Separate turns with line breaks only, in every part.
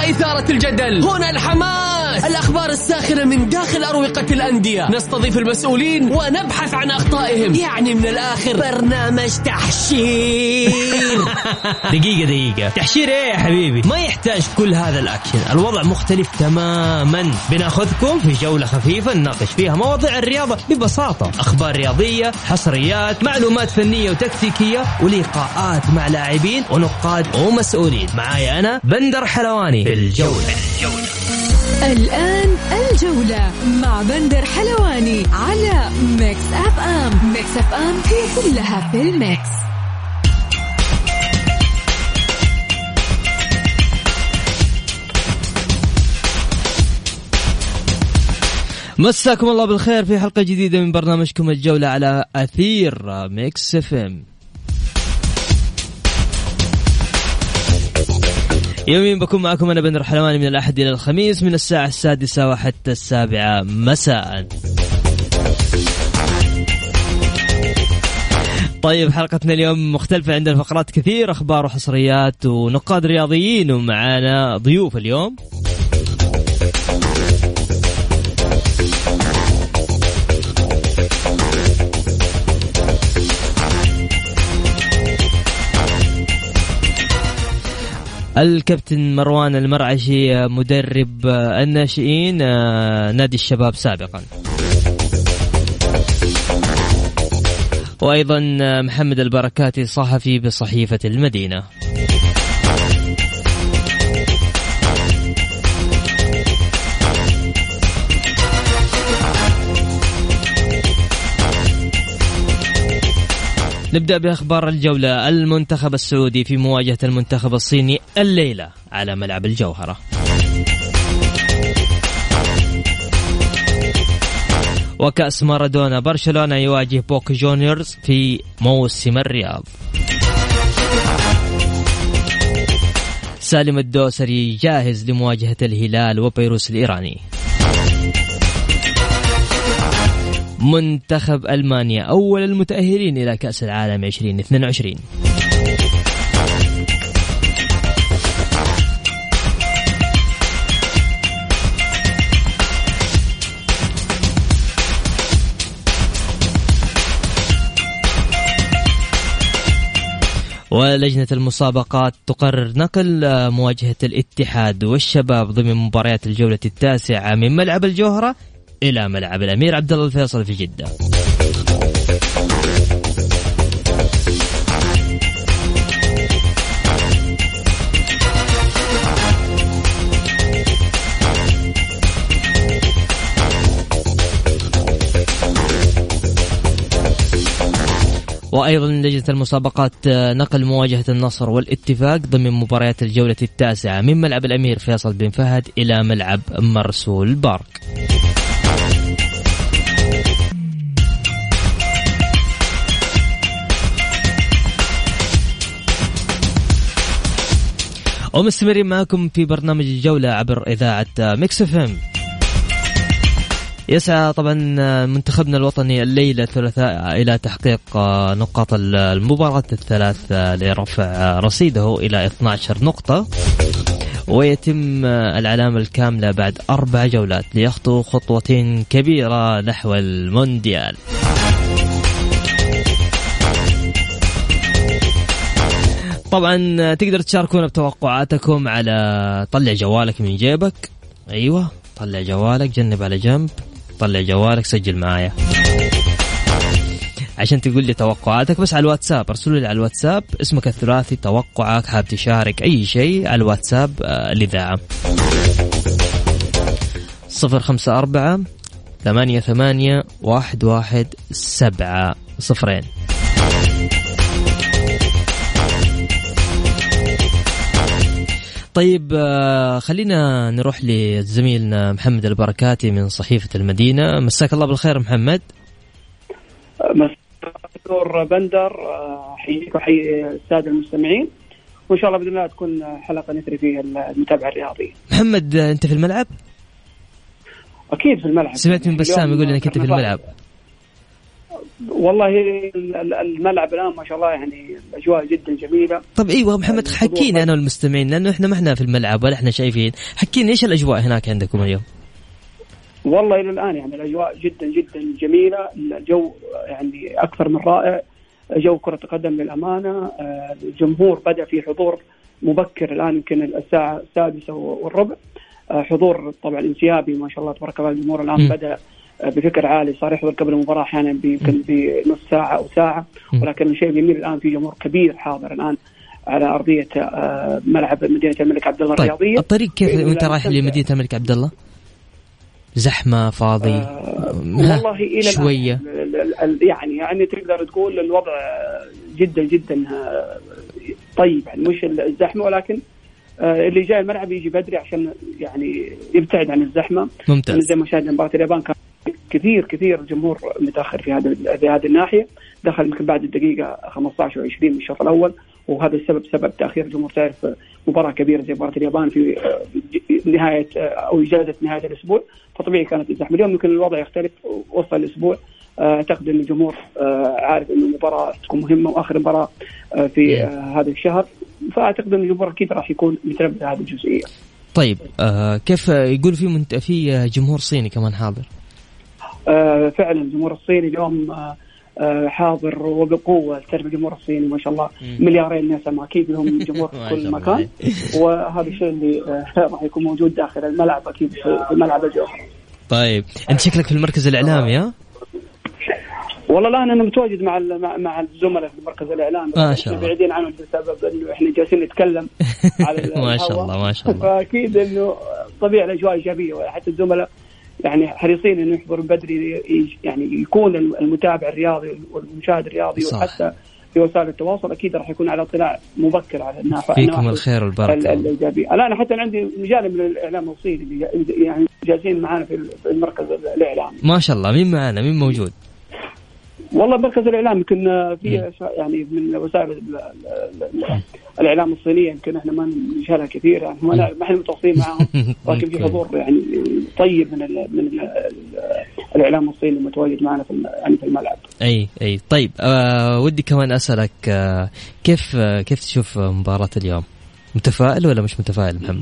إثارة الجدل، هنا الحماس، الأخبار الساخنة من داخل أروقة الأندية، نستضيف المسؤولين ونبحث عن أخطائهم، يعني من الآخر برنامج تحشير.
دقيقة تحشير ايه يا حبيبي؟ ما يحتاج كل هذا الأكشن، الوضع مختلف تماما. بناخذكم في جولة خفيفة نناقش فيها مواضيع الرياضة ببساطة، أخبار رياضية، حصريات، معلومات فنية وتكتيكية، ولقاءات مع لاعبين ونقاد ومسؤولين. معايا أنا بندر حلواني في الجولة.
الآن الجولة مع بندر حلواني على ميكس أف أم. ميكس أف أم هي كلها في الميكس.
مساكم الله بالخير في حلقة جديدة من برنامجكم الجولة على أثير ميكس اف ام. يومين بكون معكم أنا بندر حلواني من الأحد إلى الخميس من الساعة 6 وحتى 7 مساء. طيب حلقتنا اليوم مختلفة، عندنا فقرات كثير، أخبار وحصريات ونقاد رياضيين، ومعانا ضيوف اليوم. الكابتن مروان المرعشي مدرب الناشئين نادي الشباب سابقا، وأيضا محمد البركاتي صحفي بصحيفة المدينة. نبدأ بأخبار الجولة. المنتخب السعودي في مواجهة المنتخب الصيني الليلة على ملعب الجوهرة. وكأس مارادونا، برشلونة يواجه بوك جونيورز في موسم الرياض. سالم الدوسري جاهز لمواجهة الهلال وبيروس الإيراني. منتخب ألمانيا أول المتأهلين إلى كأس العالم 2022. ولجنة المسابقات تقرر نقل مواجهة الاتحاد والشباب ضمن مباريات الجولة 9 من ملعب الجوهرة إلى ملعب الأمير عبد الله الفيصل في جدة. وأيضا لجنة المسابقات نقل مواجهة النصر والاتفاق ضمن مباريات الجولة 9 من ملعب الأمير فيصل بن فهد إلى ملعب مرسول بارك. ومستمرين معكم في برنامج الجولة عبر إذاعة ميكس اف ام. يسعى طبعا منتخبنا الوطني الليلة الثلاثاء إلى تحقيق نقاط المباراة الثلاث لرفع رصيده إلى 12 نقطة، ويتم العلامة الكاملة بعد 4 جولات ليخطو خطوة كبيرة نحو المونديال. طبعا تقدر تشاركونا بتوقعاتكم على طلع جوالك من جيبك، أيوة طلع جوالك، جنب على جنب، طلع جوالك، سجل معايا عشان تقول لي توقعاتك. بس على الواتساب، ارسلوا لي على الواتساب اسمك الثلاثي، توقعك، حاب تشارك أي شيء على الواتساب الإذاعة 054 88 11700. طيب خلينا نروح لزميلنا محمد البركاتي من صحيفة المدينة. مساك الله بالخير محمد.
مساء بندر، حييك وحيي السادة المستمعين، وإن شاء الله بإذن الله تكون حلقة نثري فيها المتابعة الرياضية.
محمد أنت في الملعب؟
أكيد في الملعب.
سمعت من بسام يقول إنك أنت في الملعب.
والله الملعب الآن ما شاء الله يعني الأجواء جدا جميلة.
طب ايوه محمد حكينا انا والمستمعين لانه احنا ما احنا في الملعب ولا احنا شايفين، حكينا ايش الاجواء هناك عندكم اليوم؟
والله الى الان يعني الاجواء جدا جدا جميلة، الجو يعني اكثر من رائع، جو كرة قدم للأمانة. الجمهور بدأ في حضور مبكر الآن يمكن الساعة 6:15 حضور طبعا انسيابي ما شاء الله تبارك الله. الجمهور الآن بدأ بفكر عالي، صار يحضر قبل المباراة أحيانا يمكن بنص ساعة أو ساعة، ولكن الشيء الجميل الآن في جمهور كبير حاضر الآن على أرضية ملعب مدينة الملك عبد الله الرياضية.
الطريق كيف وأنت رايح لمدينة الملك عبد الله؟ زحمة فاضي؟
والله إلى
شوية
يعني تقدر تقول الوضع جدا جدا طيب، يعني مش الزحمة، ولكن اللي جاي الملعب يجي بدري عشان يعني يبتعد عن الزحمة.
ممتاز.
زي ما شاهدنا مباراة اليابان كان كثير جمهور متأخر في هذه الناحية، دخل يمكن بعد الدقيقة 15 و20 من الشوط الأول، وهذا السبب سبب تأخير الجمهور. تعرف مباراة كبيرة زي مباراة اليابان في نهاية أو إجازة نهاية الأسبوع، فطبيعي كانت الزحمة. اليوم يمكن الوضع يختلف وسط الأسبوع. أعتقد أن الجمهور عارف أن المباراة تكون مهمة وآخر مباراة في هذا الشهر، فأعتقد أن الجمهور أكيد راح يكون متنبه هذه الجزئية.
طيب كيف يقول في جمهور صيني كمان حاضر؟
فعلا الجمهور الصيني اليوم حاضر وبقوة. تعرف الجمهور الصيني ما شاء الله مليارين نسمة، أكيد لهم جمهور في كل مكان، وهذا الشيء اللي راح يكون موجود داخل الملعب أكيد في الملعب الجوهري.
طيب أنت شكلك في المركز الإعلامي ها؟
والله لا أنا متواجد مع الزملاء في المركز الإعلامي،
ما شاء الله
بعيدين عنهم بسبب إنه إحنا جالسين نتكلم على
ما شاء الله ما شاء الله.
فأكيد إنه طبيعي الأجواء إيجابية، وحتى الزملاء يعني حريصين إنه يحضروا بدري، يعني يكون المتابع الرياضي والمشاهد الرياضي صح. وحتى في وسائل التواصل أكيد راح يكون على اطلاع مبكر على النافع.
فيكم الخير والبركة
الإيجابية. الآن حتى عندي مجال من الإعلام الصيني يعني جالسين معنا في المركز الإعلامي.
ما شاء الله. مين معنا؟ مين موجود؟
والله مركز الإعلام يمكن في يعني من وسائل الإعلام الصينية يمكن إحنا ما نشارها كثير، يعني ما إحنا متواصلين معهم، ولكن في حضور يعني طيب من الإعلام الصيني المتواجد معنا في الملعب.
أي طيب ودي كمان أسألك كيف تشوف مباراة اليوم؟ متفائل ولا مش متفائل محمد؟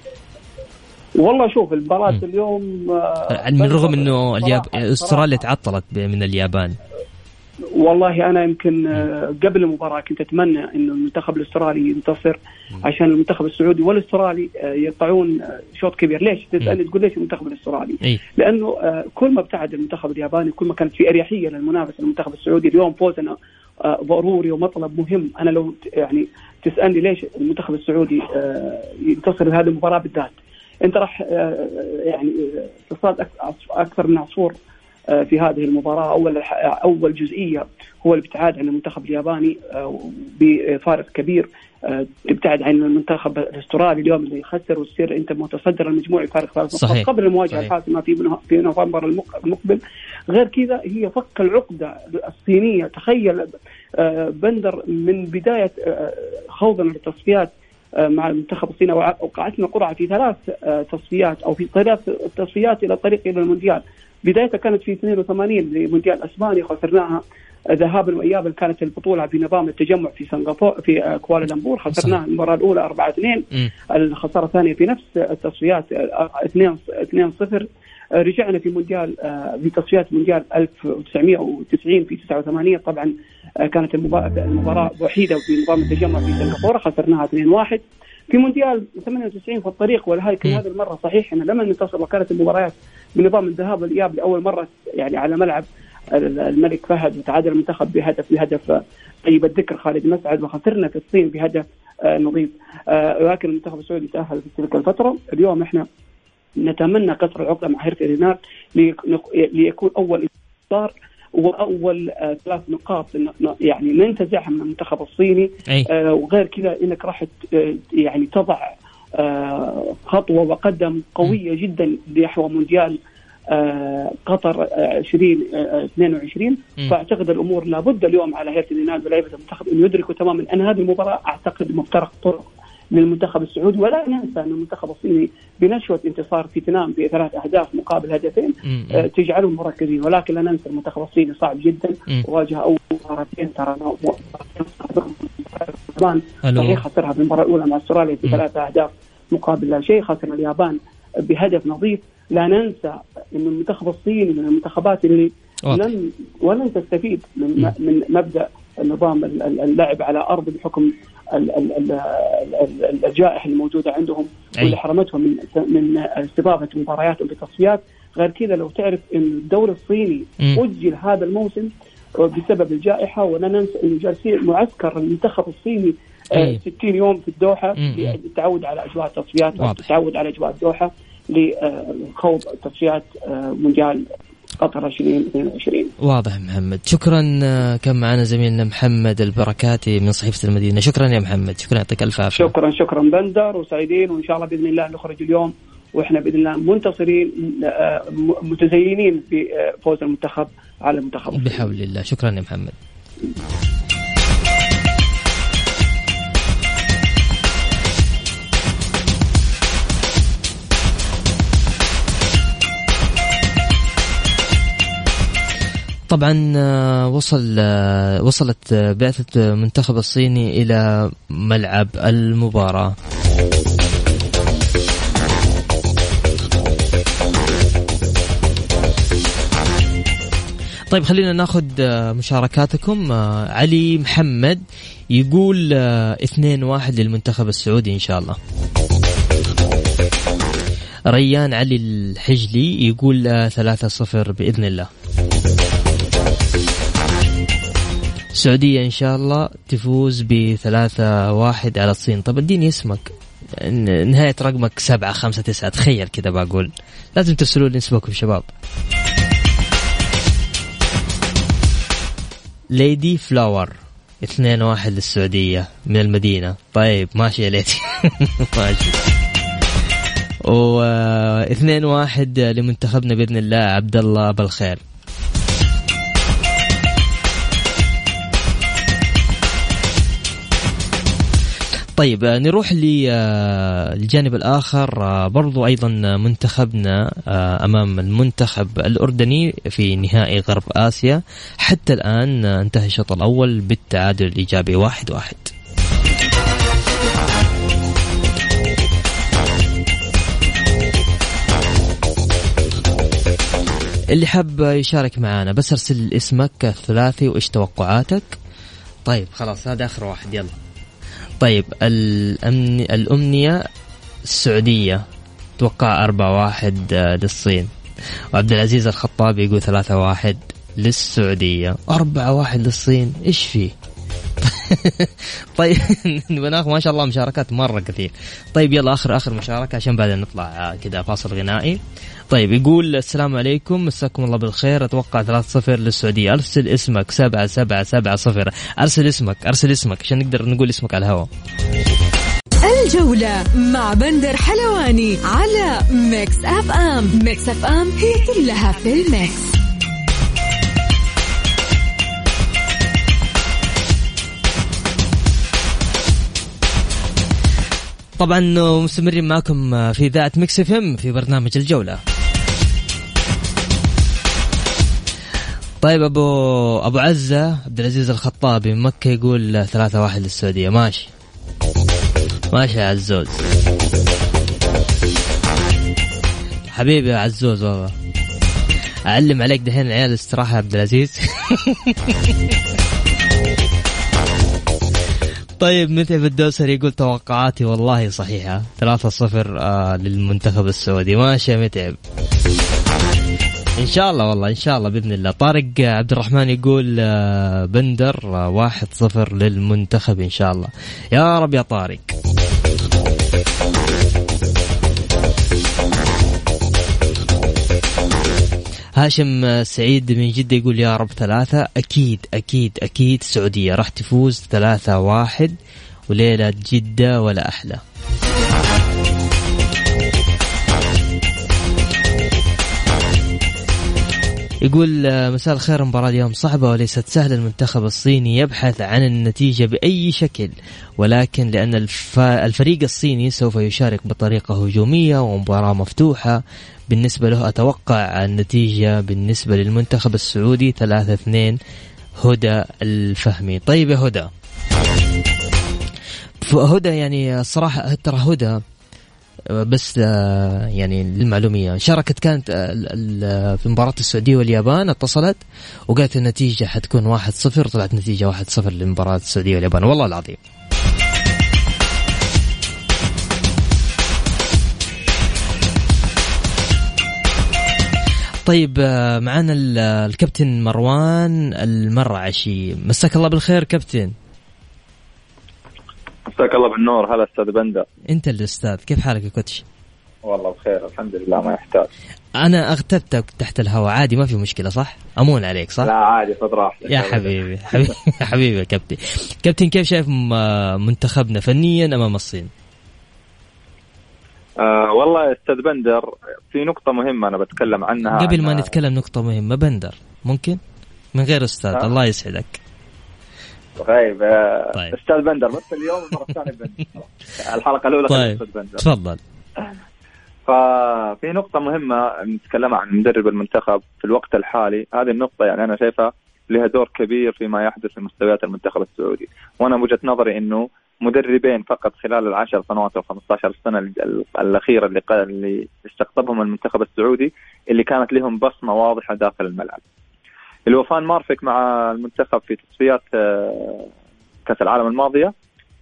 والله شوف المباراة اليوم
من رغم إنه أستراليا تعطلت من اليابان.
والله أنا يمكن قبل المباراة كنت أتمنى إنه المنتخب الأسترالي ينتصر عشان المنتخب السعودي والأسترالي يقطعون شوط كبير. ليش تسألني تقول ليش المنتخب الأسترالي؟ لأنه كل ما ابتعد المنتخب الياباني كل ما كانت في أريحية للمنافسة المنتخب السعودي. اليوم فوزنا ضروري ومطلب مهم. أنا لو يعني تسألني ليش المنتخب السعودي ينتصر بهذه المباراة بالذات، أنت راح يعني تصاد أكثر من عصفور في هذه المباراة. أول جزئية هو الابتعاد عن المنتخب الياباني بفارق كبير، تبتعد عن المنتخب الأسترالي اليوم اللي يخسر وتصير أنت متصدر المجموعة بفارق 3 نقاط قبل المواجهة الحاسمة في نوفمبر المقبل. غير كذا هي فك العقدة الصينية. تخيل بندر من بداية خوضنا للتصفيات مع المنتخب الصيني وقعتنا قرعة في 3 تصفيات أو في 3 تصفيات إلى الطريق إلى المونديال. بدايتها كانت في 82 لمونديال أسبانيا، خسرناها ذهابا وإيابا. كانت البطولة في نظام التجمع في سنغافورة في كوالالمبور، خسرناها المباراة الأولى 4-2. الخسارة الثانية في نفس التصفيات 2-0. رجعنا في مونديال في تصفيات مونديال 1990 في 89. طبعا كانت المباراة وحيدة في نظام التجمع في سنغافورة، خسرناها 2-1. في مونديال 98 في الطريق، ولكن هذه المرة صحيح إن لما ننتصر، وكانت المباريات بنظام الذهاب والإياب لأول مرة يعني على ملعب الملك فهد، وتعادل المنتخب بهدف طيب الذكر خالد مسعد، وخسرنا في الصين بهدف نظيف. ولكن المنتخب السعودي تأهل في تلك الفترة. اليوم احنا نتمنى كسر العقدة مع هيرتي رينار ليكون أول انتصار وأول 3 نقاط يعني ننتزعها من المنتخب الصيني. وغير كذا إنك راح يعني تضع خطوة وقدم قوية جدا نحو مونديال قطر 2022. فأعتقد الأمور لابد اليوم على هيئة النادي ولاعيبة المنتخب أن يدركوا تماما أن هذه المباراة أعتقد مفترق طرق للمنتخب السعودي. ولا ننسى أن المنتخب الصيني بنشوة انتصار فيتنام ب3 أهداف مقابل هدفين تجعلهم مركزين، ولكن لا ننسى المنتخب الصيني صعب جدا، وواجه أول مباراتين ترى صحيح خسرها في المباراة الأولى مع استراليا ب3 أهداف مقابل لا شيء، خسر اليابان بهدف نظيف. لا ننسى أن المنتخب الصيني من المنتخبات اللي ولن تستفيد من مبدأ نظام اللعب على أرض بحكم الجائحة الموجودة عندهم واللي حرمتهم من استضافة مباريات وتصفيات. غير كذا لو تعرف أن الدوري الصيني أجل هذا الموسم بسبب الجائحة، ولا ننسى أنه جالسين معسكر المنتخب الصيني 60 يوم في الدوحة للتعود على أجواء التصفيات والتعود على أجواء الدوحة لخوض تصفيات مونديال قطر 2022.
واضح محمد، شكرا. كان معنا زميلنا محمد البركاتي من صحيفة المدينة. شكرا يا محمد، شكرا، يعطيك ألف عافية.
شكرا بندر، وسعيدين، وإن شاء الله بإذن الله نخرج اليوم وإحنا بإذن الله منتصرين متزينين في فوز المنتخب على المنتخب
بحول الله. شكرا يا محمد. طبعا وصلت بعثة منتخب الصيني إلى ملعب المباراة. طيب خلينا ناخذ مشاركاتكم. علي محمد يقول 2-1 للمنتخب السعودي إن شاء الله. ريان علي الحجلي يقول 3-0 بإذن الله. السعودية إن شاء الله تفوز ب3-1 على الصين. طب اديني اسمك، نهاية رقمك 759، تخيل كده بقول. لازم ترسلوا لي اسمكم شباب. ليدي فلاور 2-1 للسعودية من المدينة. طيب ماشي يا ليدي ماشي. و2-1 لمنتخبنا بإذن الله عبد الله بالخير. طيب نروح للجانب الآخر. برضو أيضا منتخبنا أمام المنتخب الأردني في نهائي غرب آسيا. حتى الآن انتهى الشوط الأول بالتعادل الإيجابي 1-1. اللي حاب يشارك معنا بس ارسل اسمك الثلاثي وإيش توقعاتك. طيب خلاص هذا آخر واحد، يلا. طيب الأمنية السعودية توقع 4-1 للصين. وعبد العزيز الخطاب يقول 3-1 للسعودية. 4-1 للصين، إيش فيه؟ طيب بناخذ ما شاء الله مشاركات مرة كثير. طيب يلا آخر مشاركة عشان بعدين نطلع كده فاصل غنائي. طيب يقول السلام عليكم، مساكم الله بالخير، أتوقع 3-0 للسعودية. أرسل اسمك 7770. أرسل اسمك عشان نقدر نقول اسمك على الهواء.
الجولة مع بندر حلواني على ميكس أف أم. ميكس أف أم هي كلها في الميكس.
طبعا مستمرين معكم في إذاعة ميكس اف ام في برنامج الجولة. طيب أبو عزة عبد العزيز الخطابي من مكة يقول 3-1 للسعودية. ماشي يا عزوز، حبيبي يا عزوز، والله أعلم عليك دحين العيال استراحة يا عبد العزيز. طيب متعب الدوسري يقول توقعاتي والله صحيحة 3-0 للمنتخب السعودي. ماشي يا متعب، إن شاء الله، والله إن شاء الله بإذن الله. طارق عبد الرحمن يقول بندر 1-0 للمنتخب إن شاء الله. يا رب يا طارق. هاشم سعيد من جدة يقول يا رب 3. أكيد أكيد أكيد السعودية راح تفوز 3-1 وليلة جدة ولا أحلى. يقول مساء الخير، مباراة اليوم صعبة وليست سهلة. المنتخب الصيني يبحث عن النتيجة بأي شكل، ولكن لأن الفريق الصيني سوف يشارك بطريقة هجومية ومباراة مفتوحة بالنسبة له، أتوقع النتيجة بالنسبة للمنتخب السعودي 3-2. هدى الفهمي. طيب يا هدى يعني الصراحة ترى هدى بس يعني للمعلومية شاركت، كانت في مباراة السعودية واليابان، اتصلت وقالت النتيجة حتكون 1-0، طلعت نتيجة 1-0 لمباراة السعودية واليابان، والله العظيم. طيب معنا الكابتن مروان المرعشي. مساك الله بالخير كابتن.
مساك الله بالنور. هلا استاذ بندر.
انت الاستاذ، كيف حالك يا كوتش؟
والله بخير الحمد لله، ما يحتاج.
انا اغتبتك تحت الهواء عادي، ما في مشكله صح؟ امون عليك صح؟
لا عادي، خذ راحتك
يا حبيبي. حبيبي يا كابتن كيف شايف منتخبنا فنيا امام الصين؟
والله يا استاذ بندر، في نقطة مهمة أنا بتكلم عنها.
قبل ما نتكلم نقطة مهمة بندر، ممكن من غير أستاذ؟ الله يسعدك.
طيب أستاذ بندر، بس اليوم المرة الثانية بندر. الحلقة الأولى
طيب تفضل.
ففي نقطة مهمة نتكلم عن مدرب المنتخب في الوقت الحالي. هذه النقطة يعني أنا شايفها لها دور كبير فيما يحدث في مستويات المنتخب السعودي. وأنا بوجهة نظري إنه مدربين فقط خلال 10 سنوات أو 15 سنة الأخيرة اللي استقطبهم المنتخب السعودي اللي كانت لهم بصمة واضحة داخل الملعب. الوفان مارفك مع المنتخب في تصفيات كأس العالم الماضية،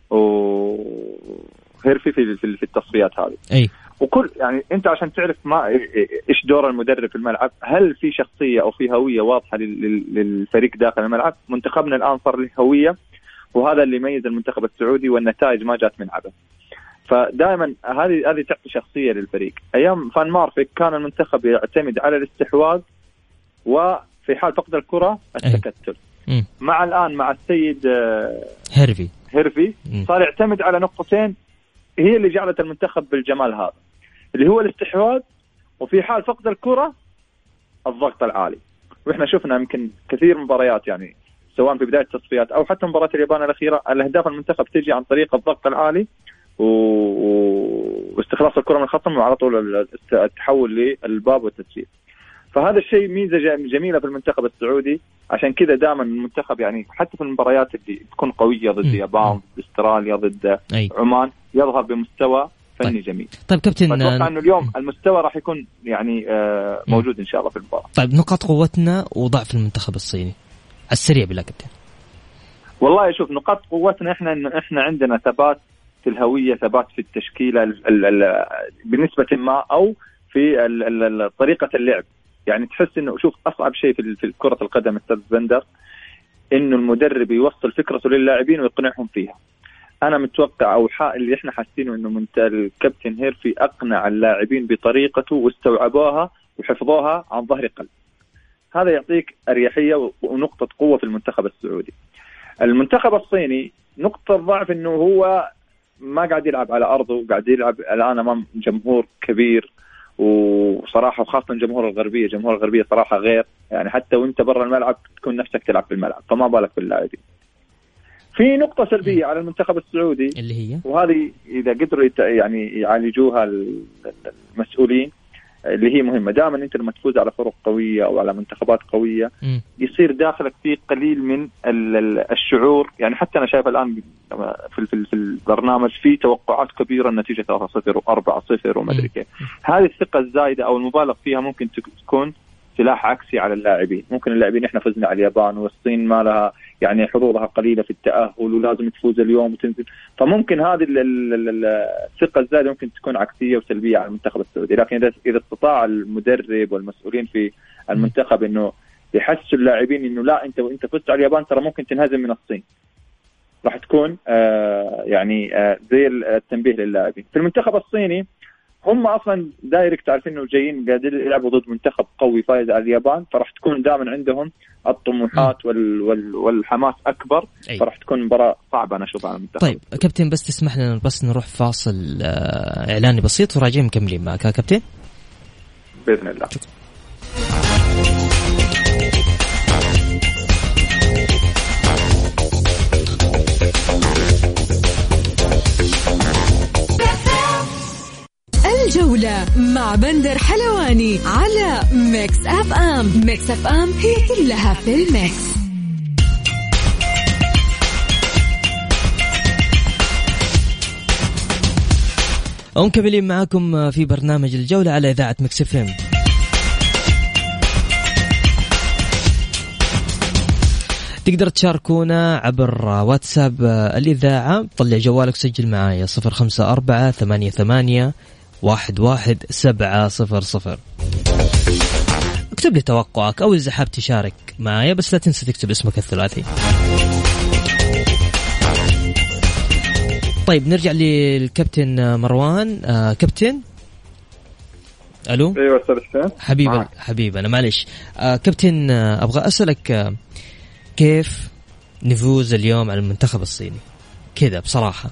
وهيرفي في التصفيات هذه.
أي.
وكل يعني أنت عشان تعرف ما إيش دور المدرب في الملعب، هل في شخصية أو في هوية واضحة للفريق داخل الملعب؟ منتخبنا الآن صار له هوية، وهذا اللي يميز المنتخب السعودي، والنتائج ما جات من عبث. فدائما هذه تعطي شخصية للفريق. أيام فان مارفك كان المنتخب يعتمد على الاستحواذ، وفي حال فقد الكرة التكتل. مع الآن مع السيد هيرفي صار يعتمد على نقطتين هي اللي جعلت المنتخب بالجمال هذا، اللي هو الاستحواذ، وفي حال فقد الكرة الضغط العالي. وإحنا شفنا يمكن كثير مباريات يعني سواء في بداية التصفيات أو حتى مباراة اليابان الأخيرة، الأهداف المنتخب تجي عن طريق الضغط العالي واستخلاص الكرة من الخصم، وعلى طول التحول للباب والتسجيل. فهذا الشيء ميزة جميلة في المنتخب السعودي. عشان كذا دائما المنتخب يعني حتى في المباريات اللي تكون قوية ضد اليابان، ضد استراليا، ضد عمان، يظهر بمستوى فني جميل.
طيب كابتن،
أتوقع أنه اليوم المستوى راح يكون يعني موجود إن شاء الله في المباراة.
طيب نقاط قوتنا وضعف المنتخب الصيني على السريع بالله كابتن.
والله شوف، نقاط قوتنا احنا عندنا ثبات في الهوية، ثبات في التشكيلة بنسبة ما، أو في طريقة اللعب. يعني تحس إنه شوف أصعب شيء في كرة القدم أستاذ بندر إنه المدرب يوصل فكرته للاعبين ويقنعهم فيها. أنا متوقع أو اللي إحنا حاسينه إنه الكابتن هيرفي أقنع اللاعبين بطريقته واستوعبوها وحفظوها عن ظهر قلب. هذا يعطيك أريحية ونقطة قوة في المنتخب السعودي. المنتخب الصيني نقطة ضعف إنه هو ما قاعد يلعب على أرضه، قاعد يلعب الآن أمام جمهور كبير، وصراحة وخاصة جمهور الغربية صراحة غير يعني، حتى وانت برا الملعب تكون نفسك تلعب في الملعب، فما بالك باللاعبين. في نقطة سلبية على المنتخب السعودي
اللي هي،
وهذه إذا قدروا يعني يعالجوها المسؤولين، اللي هي مهمة. دائما انت لما تفوز على فرق قوية او على منتخبات قوية يصير داخلك فيه قليل من الشعور. يعني حتى انا شايف الان في البرنامج في توقعات كبيرة، النتيجة 3-0 و4-0 وما ادري كيف. هذه الثقة الزايدة او المبالغ فيها ممكن تكون سلاح عكسي على اللاعبين. ممكن اللاعبين احنا فزنا على اليابان والصين ما لها يعني حظوظها قليلة في التأهل ولازم تفوز اليوم وتنزل، فممكن هذه الثقة الزايدة ممكن تكون عكسية وسلبية على المنتخب السعودي. لكن إذا استطاع المدرب والمسؤولين في المنتخب إنه يحسوا اللاعبين إنه لا، أنت فزت على اليابان ترى ممكن تنهزم من الصين، راح تكون زي التنبيه للاعبين. في المنتخب الصيني هم اصلا دايركت عارفين انه جايين قاعدين يلعبوا ضد منتخب قوي فايز على اليابان، فراح تكون دائما عندهم الطموحات والحماس اكبر، فراح تكون مباراه صعبه انا اشوفها على المنتخب.
طيب كابتن بس تسمح لنا بس نروح فاصل اعلاني بسيط وراجعين مكملين معك يا كابتن
باذن الله.
الجولة مع بندر حلواني على ميكس أف أم. ميكس أف أم هي كلها في الميكس.
ومكملين معاكم في برنامج الجولة على إذاعة ميكس أف أم. تقدر تشاركونا عبر واتساب الإذاعة. طلع جوالك سجل معايا 0548811700. اكتب لي توقعك أو إذا حاب تشارك معايا، بس لا تنسى تكتب اسمك الثلاثي. طيب نرجع للكابتن مروان. كابتن ألو.
ايوه استاذ
حبيب انا معلش. كابتن ابغى اسالك كيف نفوز اليوم على المنتخب الصيني كذا بصراحه؟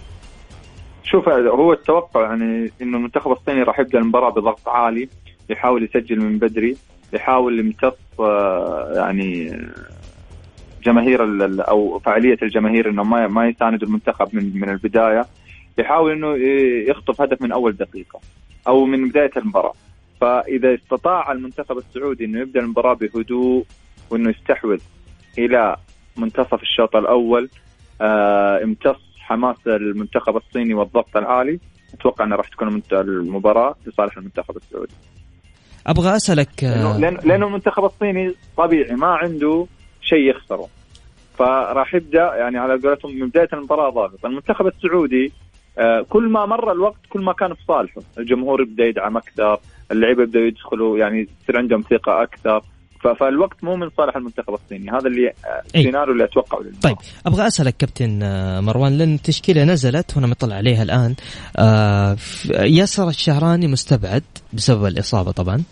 شوف هو التوقع يعني انه المنتخب الصيني راح يبدا المباراه بضغط عالي، يحاول يسجل من بدري، يحاول يمتص يعني جماهير او فعاليه الجماهير، انه ما يساند المنتخب من البدايه، يحاول انه يخطف هدف من اول دقيقه او من بدايه المباراه. فاذا استطاع المنتخب السعودي انه يبدا المباراه بهدوء وانه يستحوذ الى منتصف الشوط الاول، امتص حماس المنتخب الصيني والضغط العالي، اتوقع انه راح تكون المباراه لصالح المنتخب السعودي.
ابغى اسالك
لانه المنتخب الصيني طبيعي ما عنده شيء يخسره، فراح يبدا يعني على قولتهم من بدايه المباراه ضاغط. المنتخب السعودي كل ما مر الوقت كل ما كان في صالحه، الجمهور يبدا يدعم اكثر، اللعيبه يبداوا يدخلوا يعني يصير عندهم ثقه اكثر، فالوقت مو من صالح المنتخب الصيني. هذا اللي السيناريو اللي اتوقعه للمباراة.
طيب ابغى اسالك كابتن مروان، لان التشكيله نزلت وانا مطلع عليها الان. ياسر الشهراني مستبعد بسبب الاصابه طبعا،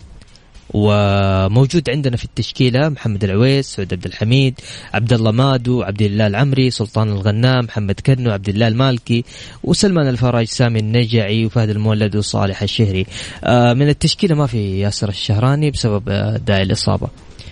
وموجود عندنا في التشكيله محمد العويس، سعود عبد الحميد، عبد الله مادو، عبد الله العمري، سلطان الغنام، محمد كنو، عبد الله المالكي، وسلمان الفراج، سامي النجعي، وفهد المولد، وصالح الشهري. من التشكيله ما في ياسر الشهراني بسبب داعي الاصابه.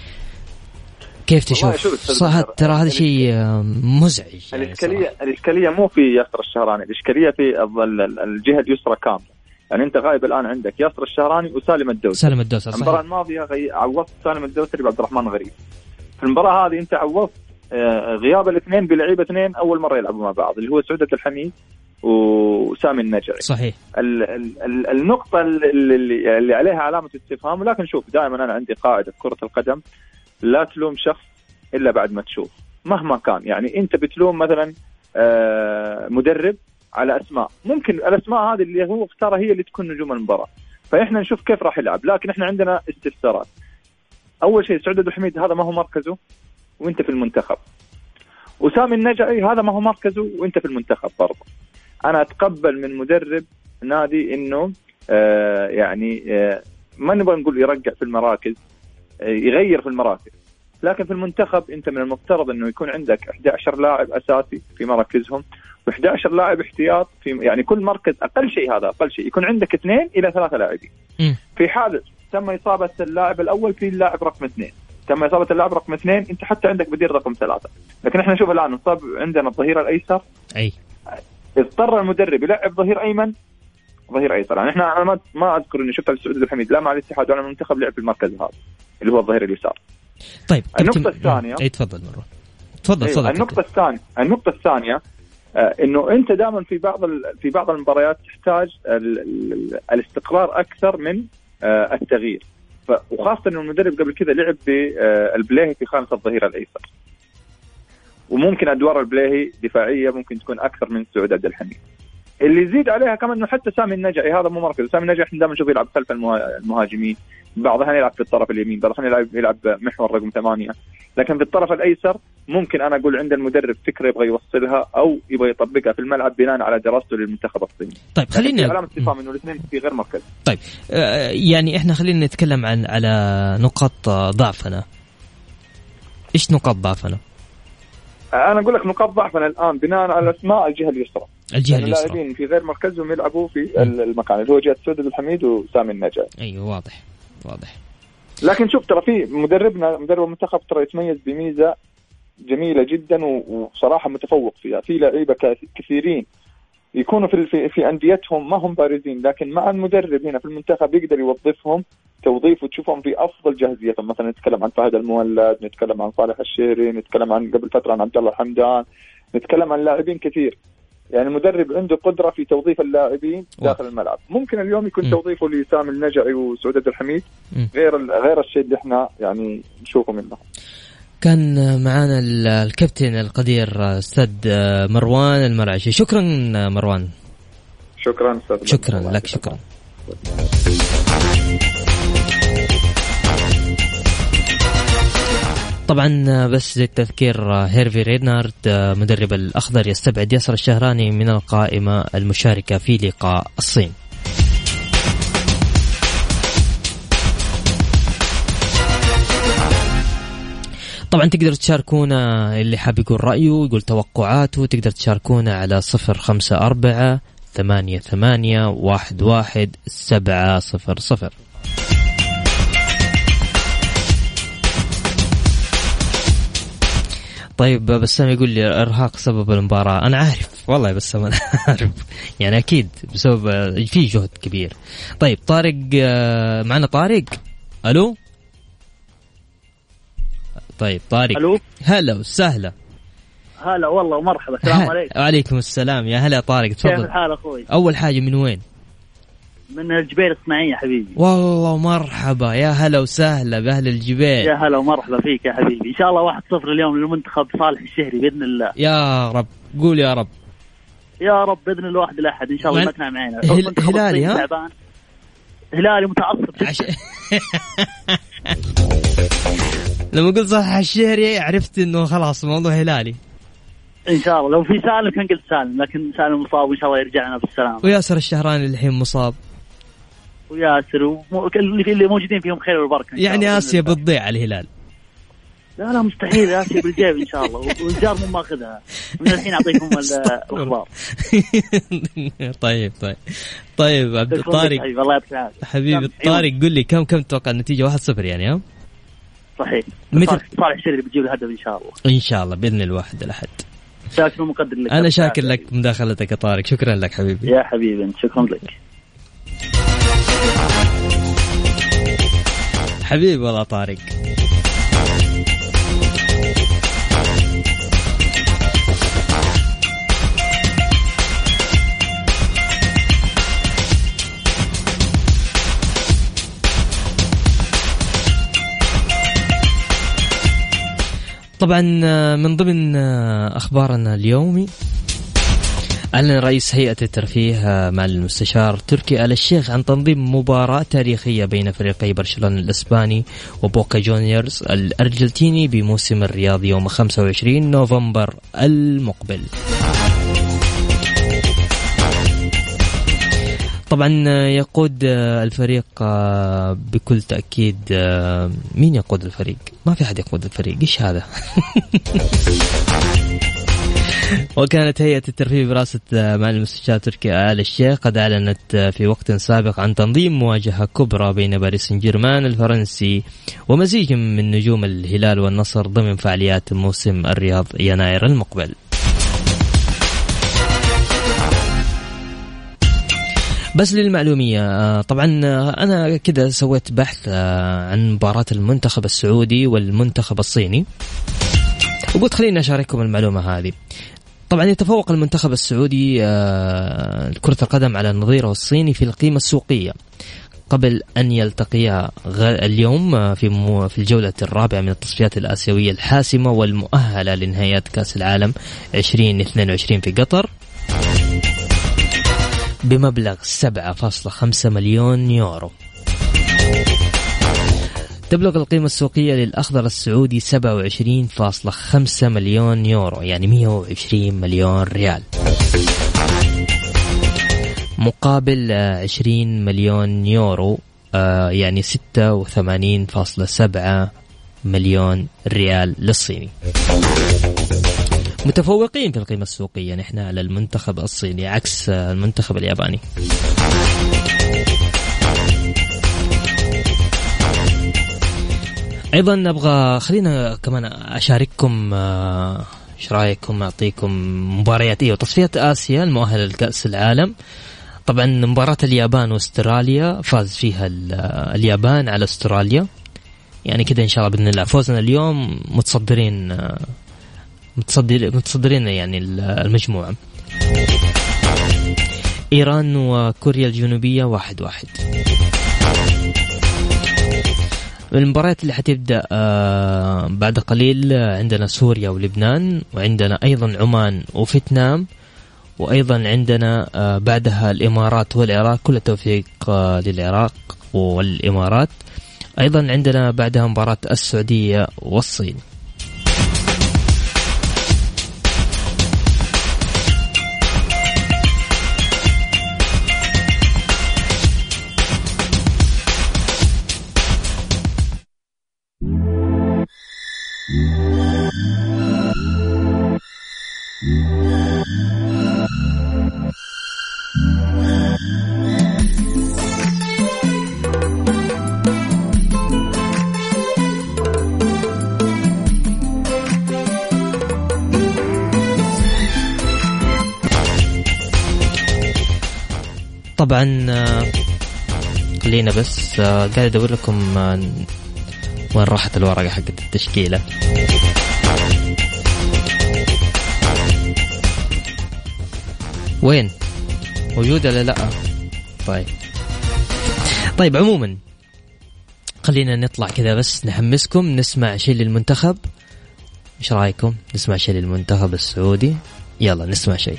كيف تشوف؟ ترى هذا شيء مزعج.
الاشكاليه مو في ياسر الشهراني، الاشكاليه في الجهه اليسرى كامله. يعني انت غايب الان عندك ياسر الشهراني وسالم الدوسري. المباراه الماضيه عوضت سالم الدوسري بعبد الرحمن غريب. في المباراه هذه انت عوضت غياب الاثنين بلعيبه اثنين اول مره يلعبوا مع بعض، اللي هو سعود عبد الحميد وسامي النجعي.
صحيح.
النقطه اللي عليها علامه استفهام، ولكن شوف دائما انا عندي قاعده في كره القدم، لا تلوم شخص الا بعد ما تشوف مهما كان. يعني انت بتلوم مثلا مدرب على أسماء، ممكن الأسماء هذه اللي هو اختارها هي اللي تكون نجوم المباراة، فإحنا نشوف كيف راح يلعب. لكن إحنا عندنا استفسارات. أول شيء سعود عبد الحميد هذا ما هو مركزه وإنت في المنتخب، وسامي النجعي هذا ما هو مركزه وإنت في المنتخب برضه. أنا أتقبل من مدرب نادي إنه ما نبغى نقول يرجع في المراكز، يغير في المراكز، لكن في المنتخب أنت من المفترض إنه يكون عندك 11 لاعب أساسي في مراكزهم و11 لاعب احتياط في، يعني كل مركز أقل شيء، هذا أقل شيء يكون عندك 2 إلى 3 لاعبين. في حال تم إصابة اللاعب الأول في اللاعب رقم 2، تم إصابة اللاعب رقم 2، أنت حتى عندك بديل رقم 3. لكن إحنا نشوف الآن نصاب عندنا الظهير الأيسر، اضطر المدرب يلعب ظهير أيمن ظهير أيسر. يعني أنا ما أذكر إني شفت السعودي الحميد لا مع الاتحاد ولا المنتخب لعب في المركز هذا اللي هو الظهير اليسار.
طيب
النقطة الثانية
تفضل مرة. تفضل.
النقطة الثانية انه انت دائما في بعض المباريات تحتاج الاستقرار اكثر من التغيير، وخاصه انه المدرب قبل كذا لعب بالبلاهي في خانه الظهير الايسر، وممكن ادوار البلاهي دفاعيه ممكن تكون اكثر من سعود عبد الحميد. اللي يزيد عليها كمان انه حتى سامي النجعي هذا مو مركز. سامي النجعي احنا دائما نشوف يلعب خلف المهاجمين، بعض الأحيان يلعب في الطرف اليمين، بعض الأحيان يلعب محور رقم 8، لكن في الطرف الأيسر ممكن أنا أقول عند المدرب فكرة يبغى يوصلها أو يبغى يطبقها في الملعب بناء على دراسته للمنتخب الصيني.
طيب خلينا
علامة استفهام إنه الاثنين في غير مركز.
طيب يعني إحنا خلينا نتكلم على نقاط ضعفنا. إيش نقاط ضعفنا؟
أنا أقول لك نقاط ضعفنا الآن بناء على أسماء الجهة اليسرى.
اللاعبين
في غير مركزهم يلعبوا في المكان اللي هو جهة سعود عبد الحميد وسامي النجعي.
أيوة واضح.
لكن شوف ترى في مدرب المنتخب ترى يتميز بميزة جميلة جدا وصراحة متفوق فيها. في لعيبة كثيرين يكونوا في أنديتهم ما هم بارزين، لكن مع المدرب هنا في المنتخب يقدر يوظفهم توظيف وتشوفهم في أفضل جاهزيتهم. مثلا نتكلم عن فهد المولد، نتكلم عن صالح الشهري، نتكلم عن قبل فترة عن عبد الله الحمدان، نتكلم عن لاعبين كثير. يعني المدرب عنده قدرة في توظيف اللاعبين داخل الملعب. ممكن اليوم يكون توظيفه لسامي النجعي وسعود عبد الحميد غير الشيء اللي احنا يعني نشوفه منه.
كان معنا الكابتن القدير أستاذ مروان المرعشي. شكرا مروان.
شكرا أستاذ.
شكرا لك. شكرا. طبعا بس للتذكير هيرفي رينارد مدرب الأخضر يستبعد ياسر الشهراني من القائمة المشاركة في لقاء الصين. طبعا تقدر تشاركونا اللي حاب يقول رأيه يقول توقعاته، تقدر تشاركونا على 0548811700. طيب بسام يقول لي إرهاق سبب المباراة. أنا عارف والله بسام، أنا عارف يعني أكيد بسبب في جهد كبير. طيب طارق معنا. طارق ألو. طيب طارق
ألو.
هلا وسهلا.
هلا والله ومرحبا. السلام عليكم.
وعليكم السلام. يا هلا طارق تفضل.
كيف الحال أخوي؟
أول حاجة من وين؟
من الجبيل الصناعية حبيبي.
والله مرحبا، يا هلا وسهلا بأهل الجبيل.
يا هلا ومرحبا فيك يا حبيبي. إن شاء الله 1-0 اليوم للمنتخب صالح الشهري بإذن الله.
يا رب قول يا رب.
يا رب بإذن الله 1-1 إن شاء الله. ما تنام معنا.
هلالي ها؟
هلالي متعصب
لما قلت صالح الشهري عرفت إنه خلاص موضوع هلالي.
إن شاء الله. لو في سالم كان قلت سالم، لكن سالم مصاب وإن شاء الله يرجع لنا بالسلامة.
وياسر الشهراني الحين مصاب.
وياسر اللي موجودين فيهم خير والبركة.
يعني آسيا بتضيع الهلال.
لا مستحيل. آسيا بالجيب إن شاء الله. والجار مو ماخذها من الحين. أعطيكم الأخبار. طيب عبد الطارق حبيبي طارق قل لي كم تتوقع النتيجة؟ 1-0 يعني ها؟ صحيح. صالح الشهري بتجيب الهدف إن شاء الله.
إن شاء الله بإذن الواحد الأحد.
شاكر ومقدر لك.
أنا شاكر لك مداخلتك يا طارق. شكرا لك حبيبي.
يا حبيبي شكرا لك
حبيبي والله طارق. طبعا من ضمن أخبارنا اليومي أعلن رئيس هيئة الترفيه مع المستشار تركي آل الشيخ عن تنظيم مباراة تاريخية بين فريقي برشلونة الإسباني وبوكا جونيورز الأرجنتيني بموسم الرياض يوم 25 نوفمبر المقبل. طبعا يقود الفريق بكل تأكيد. مين يقود الفريق؟ ما في حد يقود الفريق. إيش هذا؟ وكانت هيئة الترفيه برئاسة مع المستشار تركي آل الشيخ قد أعلنت في وقت سابق عن تنظيم مواجهة كبرى بين باريس سان جيرمان الفرنسي ومزيج من نجوم الهلال والنصر ضمن فعاليات موسم الرياض يناير المقبل. بس للمعلومية طبعا أنا كده سويت بحث عن مباراة المنتخب السعودي والمنتخب الصيني وقلت خلينا أشارككم المعلومة هذه. طبعا يتفوق المنتخب السعودي كرة القدم على نظيره الصيني في القيمة السوقية قبل أن يلتقيا اليوم في الجولة الرابعة من التصفيات الآسيوية الحاسمة والمؤهلة لنهايات كأس العالم 2022 في قطر بمبلغ 7.5 مليون يورو. تبلغ القيمة السوقية للأخضر السعودي 27.5 مليون يورو يعني 120 مليون ريال مقابل 20 مليون يورو يعني 86.7 مليون ريال للصيني. متفوقين في القيمة السوقية نحن على المنتخب الصيني عكس المنتخب الياباني. أيضا أبغى خلينا كمان أشارككم إيش رأيكم أعطيكم مباريات وتصفيات آسيا المؤهلة لكأس العالم. طبعا مباراة اليابان واستراليا فاز فيها اليابان على استراليا، يعني كده إن شاء الله بإذن الله فوزنا اليوم متصدرين يعني المجموعة. إيران وكوريا الجنوبية 1-1. المباريات اللي حتبدأ بعد قليل عندنا سوريا ولبنان، وعندنا أيضا عمان وفيتنام، وأيضا عندنا بعدها الإمارات والعراق. كل التوفيق للعراق والإمارات. أيضا عندنا بعدها مباراة السعودية والصين. طبعا خلينا بس قاعد ادور لكم وين راحت الورقه حقت التشكيله. وين موجوده ولا لا؟ طيب عموما خلينا نطلع كذا بس نحمسكم، نسمع شيء للمنتخب. ايش رايكم نسمع شيء للمنتخب السعودي؟ يلا نسمع شيء.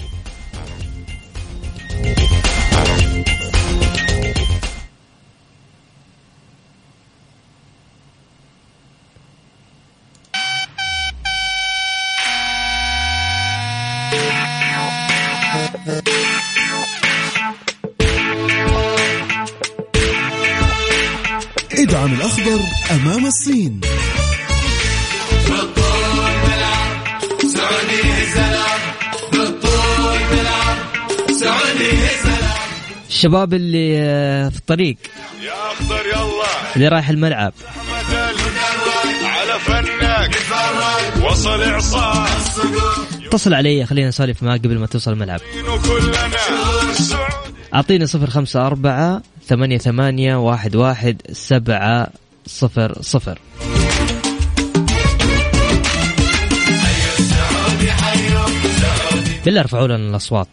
ادعم الأخضر أمام الصين.
الشباب اللي في الطريق
يا أخضر يلا
اللي رايح الملعب
على فنك وصل إعصار
اتصل علي خلينا نسولف معك قبل ما توصل الملعب. أعطينا 054-88-11-700. بالله ارفعوا لنا الأصوات.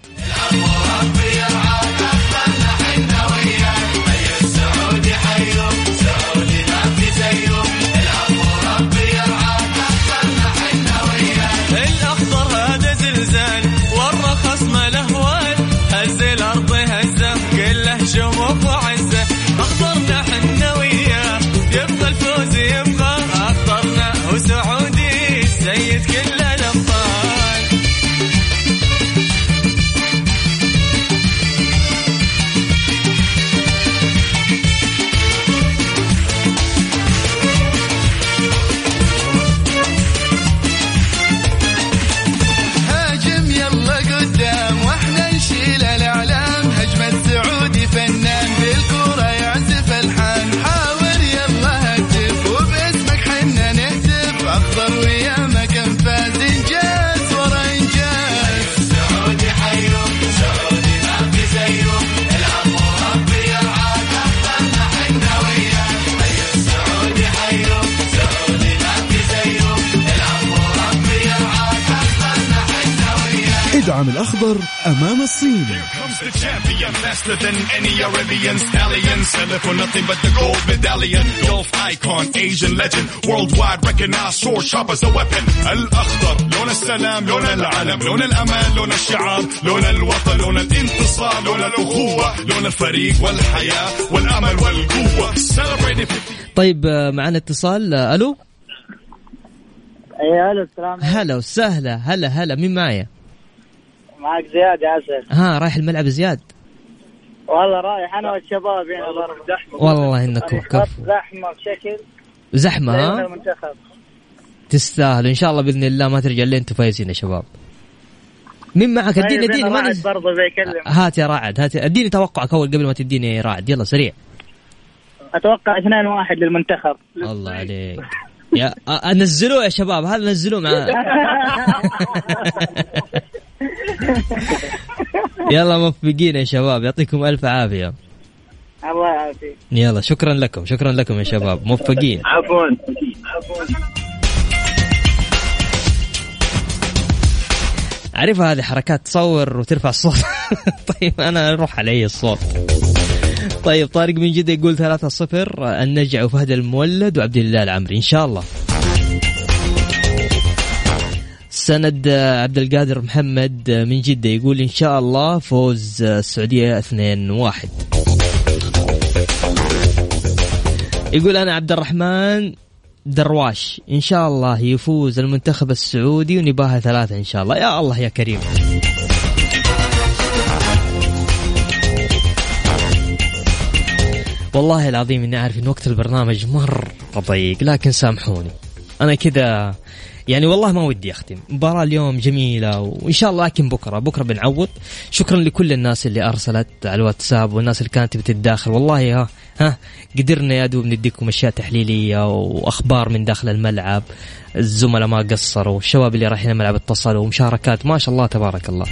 شموخ وعزة أخضرنا حنا وياه يبغى الفوز يبغى أخضرنا وسعودي سيد كل الأبطال.
هاجم يلا قدام واحنا نشيل الإعلام. هجمة سعودي فنان بالكرة يعزف الحان. حاور يلا هتف وباسمك حنا نهتف. أخضر ويا مكان فاز إنجاز ورا إنجاز. سعودي حيو سعودي ما في زيه. العب وربي يرعاك أخضرنا حنا وياك. سعودي حيو سعودي ما في زيه. العب وربي يرعاك أخضرنا حنا وياك.
ادعم الأخضر أمام الصين.
champion faster than any Arabian stallion. Selling for nothing but the gold medallion. Golf icon, Asian legend, worldwide recognized, sword sharp as a weapon. الأخضر لون السلام، لون العلم، لون الأمان، لون الشعار، لون الوطن، لون الانتصار، لون الأخوة، لون الفريق والحياة والأمل والقوة.
طيب معنا اتصال. ألو.
اي الو السلام.
هلا وسهلا. هلا مين معايا؟
معك زياد ياسر.
رايح الملعب زياد؟
والله رايح انا والشباب هنا ضرب زحمه.
والله انكم كفو.
زحمه بشكل
زحمه.
المنتخب
تستاهل ان شاء الله باذن الله ما ترجع لين انتم فايزين يا شباب. مين معك؟ اديني
ما برضه بيكلم.
هات يا رعد، هات اديني توقعك اول قبل ما تديني رعد. يلا سريع.
اتوقع 2-1 للمنتخب.
الله عليك يا نزلوه يا شباب، هذا نزلوه معاه. يلا موفقين يا شباب، يعطيكم ألف عافية.
الله يعافيك.
يلا شكرا لكم يا شباب، موفقين.
عفوا.
عارف هذه حركات تصور وترفع الصوت. طيب أنا أروح علي الصوت. طيب طارق من جدة يقول 3-0 النجع وفهد المولد وعبد الله العمري إن شاء الله. سند عبد القادر محمد من جدة يقول إن شاء الله فوز السعودية 2-1. يقول أنا عبد الرحمن درواش إن شاء الله يفوز المنتخب السعودي ونباها 3 إن شاء الله. يا الله يا كريم. والله العظيم إني عارف إن وقت البرنامج مرة ضيق، لكن سامحوني أنا كذا يعني والله ما ودي أختم. مباراة اليوم جميلة وإن شاء الله، لكن بكرة بنعوض. شكرا لكل الناس اللي أرسلت على الواتساب والناس اللي كانت بتتداخل. والله ها قدرنا يا دوب نديكم أشياء تحليلية وأخبار من داخل الملعب. الزملاء ما قصروا، الشباب اللي رايحين الملعب اتصلوا، ومشاركات ما شاء الله تبارك الله.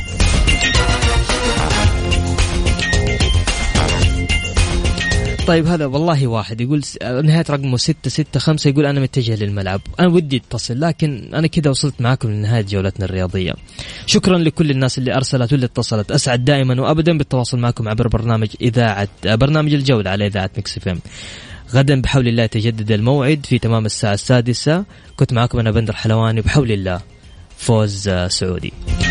طيب هذا والله واحد يقول نهاية رقمه 665 يقول أنا متجه للملعب. أنا ودي اتصل لكن أنا كده وصلت معاكم لنهاية جولتنا الرياضية. شكرا لكل الناس اللي أرسلت واللي اتصلت. أسعد دائما وأبدا بالتواصل معكم عبر برنامج الجولة على إذاعة ميكس اف ام. غدا بحول الله يتجدد الموعد في تمام الساعة 6. كنت معكم أنا بندر حلواني، بحول الله فوز سعودي.